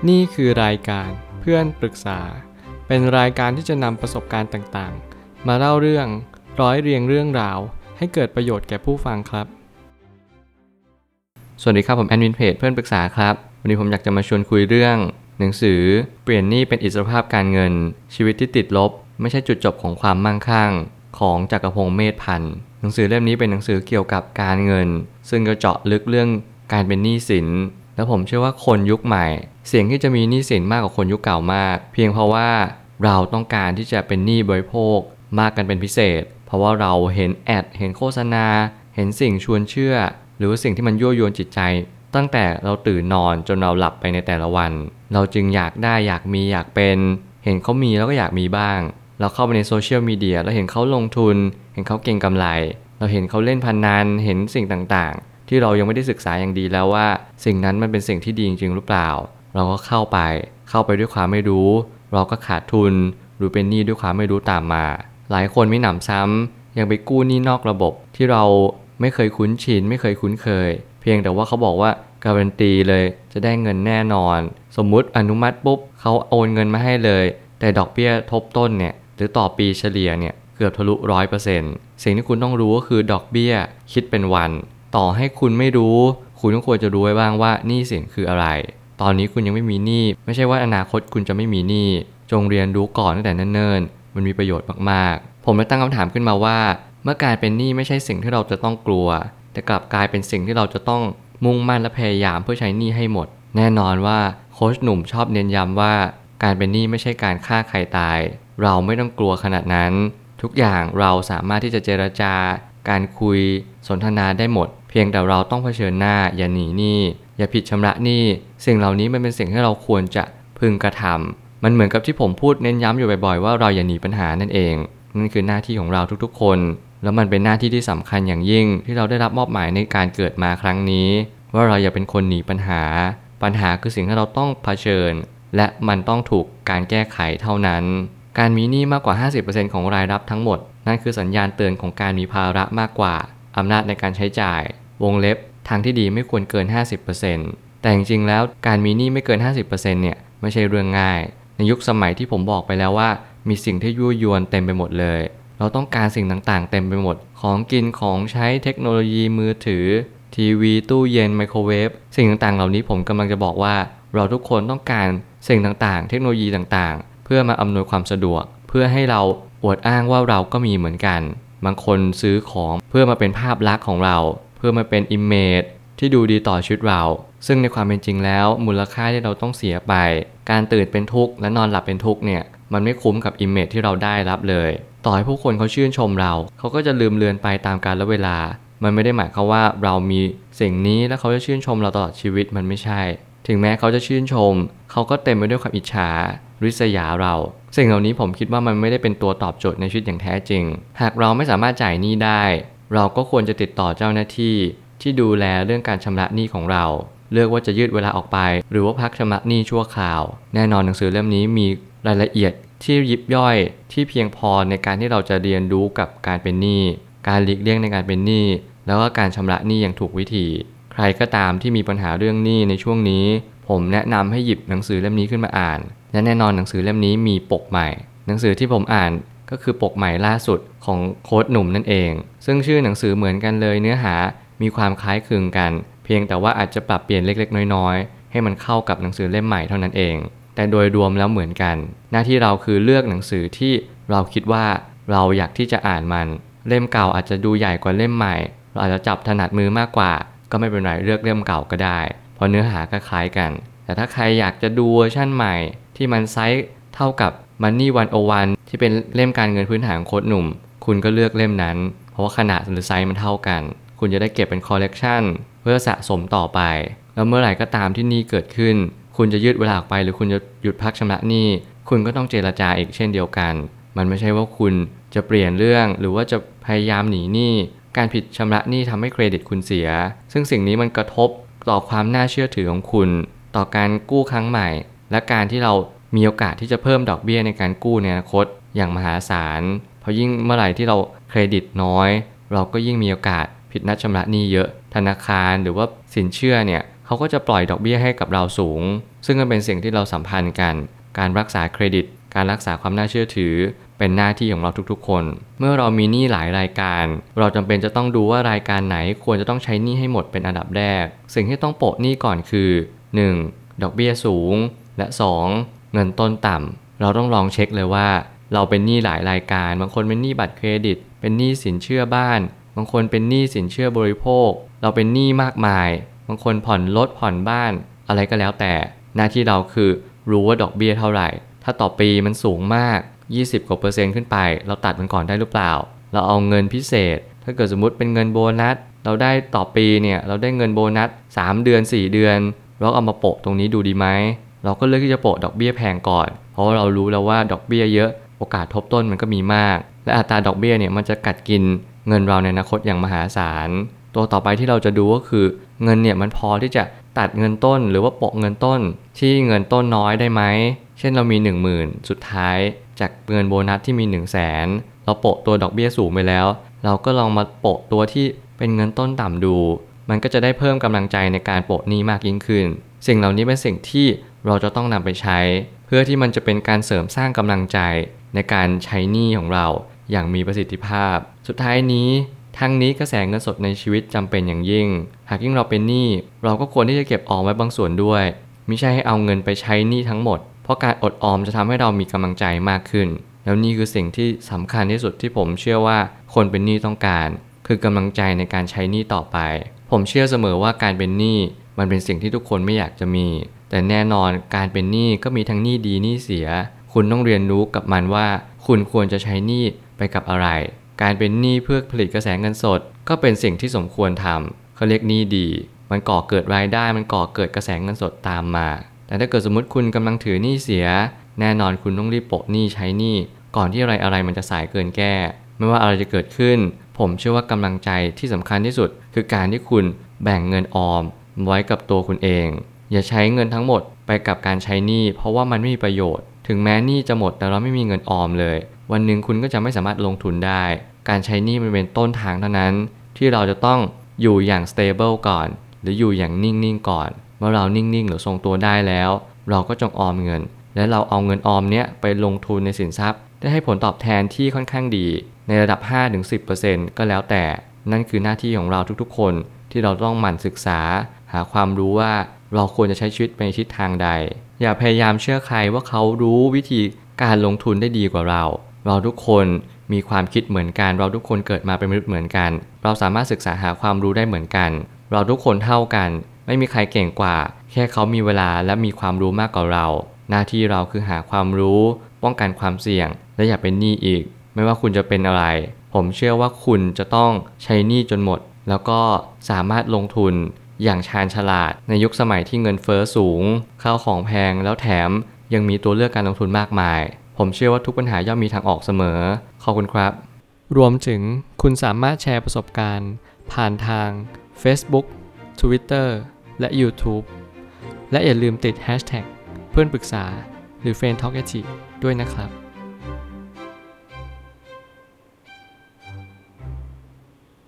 นี่คือรายการเพื่อนปรึกษาเป็นรายการที่จะนำประสบการณ์ต่างๆมาเล่าเรื่องร้อยเรียงเรื่องราวให้เกิดประโยชน์แก่ผู้ฟังครับสวัสดีครับผมแอดมินเพจเพื่อนปรึกษาครับวันนี้ผมอยากจะมาชวนคุยเรื่องหนังสือเปลี่ยนหนี้เป็นอิสรภาพการเงินชีวิตที่ติดลบไม่ใช่จุดจบของความมั่งคั่งของจักรพงษ์เมธพันธ์หนังสือเล่มนี้เป็นหนังสือเกี่ยวกับการเงินซึ่งก็เจาะลึกเรื่องการเป็นหนี้สินแล้วผมเชื่อว่าคนยุคใหม่เสี่ยงที่จะมีหนี้สินมากกว่าคนยุคเก่ามากเพียงเพราะว่าเราต้องการที่จะเป็นหนี้บริโภคมากกันเป็นพิเศษเพราะว่าเราเห็นแอดเห็นโฆษณาเห็นสิ่งชวนเชื่อหรือว่าสิ่งที่มันยั่วยวนจิตใจตั้งแต่เราตื่นนอนจนเราหลับไปในแต่ละวันเราจึงอยากได้อยากมีอยากเป็นเห็นเขามีแล้วก็อยากมีบ้างเราเข้าไปในโซเชียลมีเดียแล้วเห็นเขาลงทุนเห็นเขาเก็งกำไรเราเห็นเขาเล่นพนันเห็นสิ่งต่างๆที่เรายังไม่ได้ศึกษาอย่างดีแล้วว่าสิ่งนั้นมันเป็นสิ่งที่ดีจริงๆหรือเปล่าเราก็เข้าไปด้วยความไม่รู้เราก็ขาดทุนหรือเป็นหนี้ด้วยความไม่รู้ตามมาหลายคนไม่หนำซ้ำยังไปกู้หนี้นอกระบบที่เราไม่เคยคุ้นชินไม่เคยคุ้นเคยเพียงแต่ว่าเขาบอกว่าการันตีเลยจะได้เงินแน่นอนสมมุติอนุมัติปุ๊บเขาโอนเงินมาให้เลยแต่ดอกเบี้ยทบต้นเนี่ยหรือต่อปีเฉลี่ยเนี่ยเกือบทะลุ 100% สิ่งที่คุณต้องรู้ก็คือดอกเบี้ยคิดเป็นวันต่อให้คุณไม่รู้คุณก็ควรจะรู้ไว้บ้างว่าหนี้สินคืออะไรตอนนี้คุณยังไม่มีหนี้ไม่ใช่ว่าอนาคตคุณจะไม่มีหนี้จงเรียนรู้ก่อนตั้งแต่เนิ่นๆมันมีประโยชน์มากๆผมเลยตั้งคำถามขึ้นมาว่าเมื่อการเป็นหนี้ไม่ใช่สิ่งที่เราจะต้องกลัวแต่กลับกลายเป็นสิ่งที่เราจะต้องมุ่งมั่นและพยายามเพื่อใช้หนี้ให้หมดแน่นอนว่าโค้ชหนุ่มชอบเน้นย้ำว่าการเป็นหนี้ไม่ใช่การฆ่าใครตายเราไม่ต้องกลัวขนาดนั้นทุกอย่างเราสามารถที่จะเจรจาการคุยสนทนาได้หมดเพียงแต่เราต้องเผชิญหน้าอย่าหนีหนี้อย่าผิดชำระหนี้สิ่งเหล่านี้มันเป็นสิ่งที่เราควรจะพึงกระทำมันเหมือนกับที่ผมพูดเน้นย้ำอยู่บ่อยๆว่าเราอย่าหนีปัญหานั่นเองนั่นคือหน้าที่ของเราทุกๆคนแล้วมันเป็นหน้าที่ที่สำคัญอย่างยิ่งที่เราได้รับมอบหมายในการเกิดมาครั้งนี้ว่าเราอย่าเป็นคนหนีปัญหาคือสิ่งที่เราต้องเผชิญและมันต้องถูกการแก้ไขเท่านั้นการมีหนี้มากกว่า 50% ของรายรับทั้งหมดนั่นคือสัญญาณเตือนของการมีภาระมากกว่าอำนาจในการใช้จ่ายวงเล็บทางที่ดีไม่ควรเกิน 50% แต่จริงๆแล้วการมีหนี้ไม่เกิน 50% เนี่ยไม่ใช่เรื่องง่ายในยุคสมัยที่ผมบอกไปแล้วว่ามีสิ่งที่ยั่วยวนเต็มไปหมดเลยเราต้องการสิ่งต่างๆเต็มไปหมดของกินของใช้เทคโนโลยีมือถือทีวีตู้เย็นไมโครเวฟสิ่งต่างๆเหล่านี้ผมกำลังจะบอกว่าเราทุกคนต้องการสิ่งต่างๆเทคโนโลยีต่างๆเพื่อมาอำนวยความสะดวกเพื่อให้เราอวดอ้างว่าเราก็มีเหมือนกันบางคนซื้อของเพื่อมาเป็นภาพลักษณ์ของเราเพื่อมาเป็นอิมเมจที่ดูดีต่อชีวิตเราซึ่งในความเป็นจริงแล้วมูลค่าที่เราต้องเสียไปการตื่นเป็นทุกข์และนอนหลับเป็นทุกข์เนี่ยมันไม่คุ้มกับอิมเมจที่เราได้รับเลยต่อให้ผู้คนเขาชื่นชมเราเขาก็จะลืมเลือนไปตามกาลเวลามันไม่ได้หมายความว่าเรามีสิ่งนี้แล้วเขาจะชื่นชมเราตลอดชีวิตมันไม่ใช่ถึงแม้เขาจะชื่นชมเขาก็เต็มไปด้วยความอิจฉาริษยาเราสิ่งเหล่านี้ผมคิดว่ามันไม่ได้เป็นตัวตอบโจทย์ในชีวิตอย่างแท้จริงหากเราไม่สามารถจ่ายหนี้ได้เราก็ควรจะติดต่อเจ้าหน้าที่ที่ดูแลเรื่องการชำระหนี้ของเราเลือกว่าจะยืดเวลาออกไปหรือว่าพักชำระหนี้ชั่วคราวแน่นอนหนังสือเล่มนี้มีรายละเอียดที่ยิบย่อยที่เพียงพอในการที่เราจะเรียนรู้กับการเป็นหนี้การหลีกเลี่ยงในการเป็นหนี้แล้วก็การชำระหนี้อย่างถูกวิธีใครก็ตามที่มีปัญหาเรื่องหนี้ในช่วงนี้ผมแนะนำให้หยิบหนังสือเล่มนี้ขึ้นมาอ่านและแน่นอนหนังสือเล่มนี้มีปกใหม่หนังสือที่ผมอ่านก็คือปกใหม่ล่าสุดของโค้ชหนุ่มนั่นเองซึ่งชื่อหนังสือเหมือนกันเลยเนื้อหามีความคล้ายคลึงกันเพียงแต่ว่าอาจจะปรับเปลี่ยนเล็กๆน้อยๆให้มันเข้ากับหนังสือเล่มใหม่เท่านั้นเองแต่โดยรวมแล้วเหมือนกันหน้าที่เราคือเลือกหนังสือที่เราคิดว่าเราอยากที่จะอ่านมันเล่มเก่าอาจจะดูใหญ่กว่าเล่มใหม่เราอาจจะจับถนัดมือมากกว่าก็ไม่เป็นไรเลือกเล่มเก่าก็ได้เพราะเนื้อหาก็คล้ายกันแต่ถ้าใครอยากจะดูเวอร์ชั่นใหม่ที่มันไซส์เท่ากับ Money 101ที่เป็นเล่มการเงินพื้นฐานโค้ชหนุ่มคุณก็เลือกเล่มนั้นเพราะว่าขนาดหรือไซส์มันเท่ากันคุณจะได้เก็บเป็นคอลเลกชันเพื่อสะสมต่อไปแล้วเมื่อไหร่ก็ตามที่หนี้เกิดขึ้นคุณจะยืดเวลาออกไปหรือคุณจะหยุดพักชำระหนี้คุณก็ต้องเจรจาอีกเช่นเดียวกันมันไม่ใช่ว่าคุณจะเปลี่ยนเรื่องหรือว่าจะพยายามหนีหนี้การผิดชำระหนี้ทำให้เครดิตคุณเสียซึ่งสิ่งนี้มันกระทบต่อความน่าเชื่อถือของคุณต่อการกู้ครั้งใหม่และการที่เรามีโอกาสที่จะเพิ่มดอกเบี้ยในการกู้ในอนาคตอย่างมหาศาลเพราะยิ่งเมื่อไหร่ที่เราเครดิตน้อยเราก็ยิ่งมีโอกาสผิดนัดชำระหนี้เยอะธนาคารหรือว่าสินเชื่อเนี่ยเขาก็จะปล่อยดอกเบี้ยให้กับเราสูงซึ่งมันเป็นสิ่งที่เราสัมพันธ์กันการรักษาเครดิตการรักษาความน่าเชื่อถือเป็นหน้าที่ของเราทุกๆคนเมื่อเรามีหนี้หลายรายการเราจำเป็นจะต้องดูว่ารายการไหนควรจะต้องใช้หนี้ให้หมดเป็นอันดับแรกสิ่งที่ต้องโปะหนี้ก่อนคือ 1. ดอกเบี้ยสูงและ 2. เงินต้นต่ำเราต้องลองเช็คเลยว่าเราเป็นหนี้หลายรายการบางคนเป็นหนี้บัตรเครดิตเป็นหนี้สินเชื่อบ้านบางคนเป็นหนี้สินเชื่อบริโภคเราเป็นหนี้มากมายบางคนผ่อนรถผ่อนบ้านอะไรก็แล้วแต่หน้าที่เราคือรู้ว่าดอกเบี้ยเท่าไหร่ถ้าต่อปีมันสูงมาก20%กว่าขึ้นไปเราตัดมันก่อนได้หรือเปล่าเราเอาเงินพิเศษถ้าเกิดสมมุติเป็นเงินโบนัสเราได้ต่อปีเนี่ยเราได้เงินโบนัส3 เดือน4 เดือนเราเอามาโปะตรงนี้ดูดีไหมเราก็เลือกที่จะโปะดอกเบี้ยแพงก่อนเพราะว่าเรารู้แล้วว่าดอกเบี้ยเยอะโอกาสทบต้นมันก็มีมากและอัตราดอกเบี้ยเนี่ยมันจะกัดกินเงินเราในอนาคตอย่างมหาศาลตัวต่อไปที่เราจะดูก็คือเงินเนี่ยมันพอที่จะตัดเงินต้นหรือว่าโปะเงินต้นที่เงินต้นน้อยได้ไหมเช่นเรามี 10,000 สุดท้ายจากเงินโบนัสที่มี 100,000 เราโปะตัวดอกเบี้ยสูงไปแล้วเราก็ลองมาโปะตัวที่เป็นเงินต้นต่ำดูมันก็จะได้เพิ่มกำลังใจในการโปะหนี้มากยิ่งขึ้นสิ่งเหล่านี้เป็นสิ่งที่เราจะต้องนำไปใช้เพื่อที่มันจะเป็นการเสริมสร้างกำลังใจในการใช้หนี้ของเราอย่างมีประสิทธิภาพสุดท้ายนี้ทั้งนี้กระแสเงินสดในชีวิตจำเป็นอย่างยิ่งหากยิ่งเราเป็นหนี้เราก็ควรที่จะเก็บออมไว้บางส่วนด้วยมิใช่ให้เอาเงินไปใช้หนี้ทั้งหมดเพราะการอดออมจะทำให้เรามีกำลังใจมากขึ้นแล้วนี่คือสิ่งที่สำคัญที่สุดที่ผมเชื่อว่าคนเป็นหนี้ต้องการคือกำลังใจในการใช้หนี้ต่อไปผมเชื่อเสมอว่าการเป็นหนี้มันเป็นสิ่งที่ทุกคนไม่อยากจะมีแต่แน่นอนการเป็นหนี้ก็มีทั้งหนี้ดีหนี้เสียคุณต้องเรียนรู้กับมันว่าคุณควรจะใช้หนี้ไปกับอะไรการเป็นหนี้เพื่อผลิตกระแสเงินสดก็เป็นสิ่งที่สมควรทำเขาเรียกหนี้ดีมันก่อเกิดรายได้มันก่อเกิดกระแสเงินสดตามมาแต่ถ้าเกิดสมมติคุณกำลังถือหนี้เสียแน่นอนคุณต้องรีบโปะหนี้ใช้หนี้ก่อนที่อะไรมันจะสายเกินแก้ไม่ว่าอะไรจะเกิดขึ้นผมเชื่อว่ากำลังใจที่สำคัญที่สุดคือการที่คุณแบ่งเงินออมไว้กับตัวคุณเองอย่าใช้เงินทั้งหมดไปกับการใช้หนี้เพราะว่ามันไม่มีประโยชน์ถึงแม้หนี้จะหมดแต่เราไม่มีเงินออมเลยวันหนึ่งคุณก็จะไม่สามารถลงทุนได้การใช้หนี้มันเป็นต้นทางเท่านั้นที่เราจะต้องอยู่อย่าง stable ก่อนหรืออยู่อย่างนิ่งๆก่อนเมื่อเรานิ่งๆหรือทรงตัวได้แล้วเราก็จงออมเงินและเราเอาเงินออมเนี้ยไปลงทุนในสินทรัพย์ได้ให้ผลตอบแทนที่ค่อนข้างดีในระดับ 5-10% ก็แล้วแต่นั่นคือหน้าที่ของเราทุกๆคนที่เราต้องหมั่นศึกษาหาความรู้ว่าเราควรจะใช้ชีวิตไปในทิศทางใดอย่าพยายามเชื่อใครว่าเขารู้วิธีการลงทุนได้ดีกว่าเราทุกคนมีความคิดเหมือนกันเราทุกคนเกิดมาเป็นมนุษย์เหมือนกันเราสามารถศึกษาหาความรู้ได้เหมือนกันเราทุกคนเท่ากันไม่มีใครเก่งกว่าแค่เขามีเวลาและมีความรู้มากกว่าเราหน้าที่เราคือหาความรู้ป้องกันความเสี่ยงและอย่าเป็นหนี้อีกไม่ว่าคุณจะเป็นอะไรผมเชื่อว่าคุณจะต้องใช้หนี้จนหมดแล้วก็สามารถลงทุนอย่างชาญฉลาดในยุคสมัยที่เงินเฟ้อสูงข้าวของแพงแล้วแถมยังมีตัวเลือกการลงทุนมากมายผมเชื่อว่าทุกปัญหาย่อมมีทางออกเสมอขอบคุณครับรวมถึงคุณสามารถแชร์ประสบการณ์ผ่านทาง Facebook Twitter และ YouTube และอย่าลืมติด Hashtag เพื่อนปรึกษาหรือ Friend Talk ด้วยนะครับ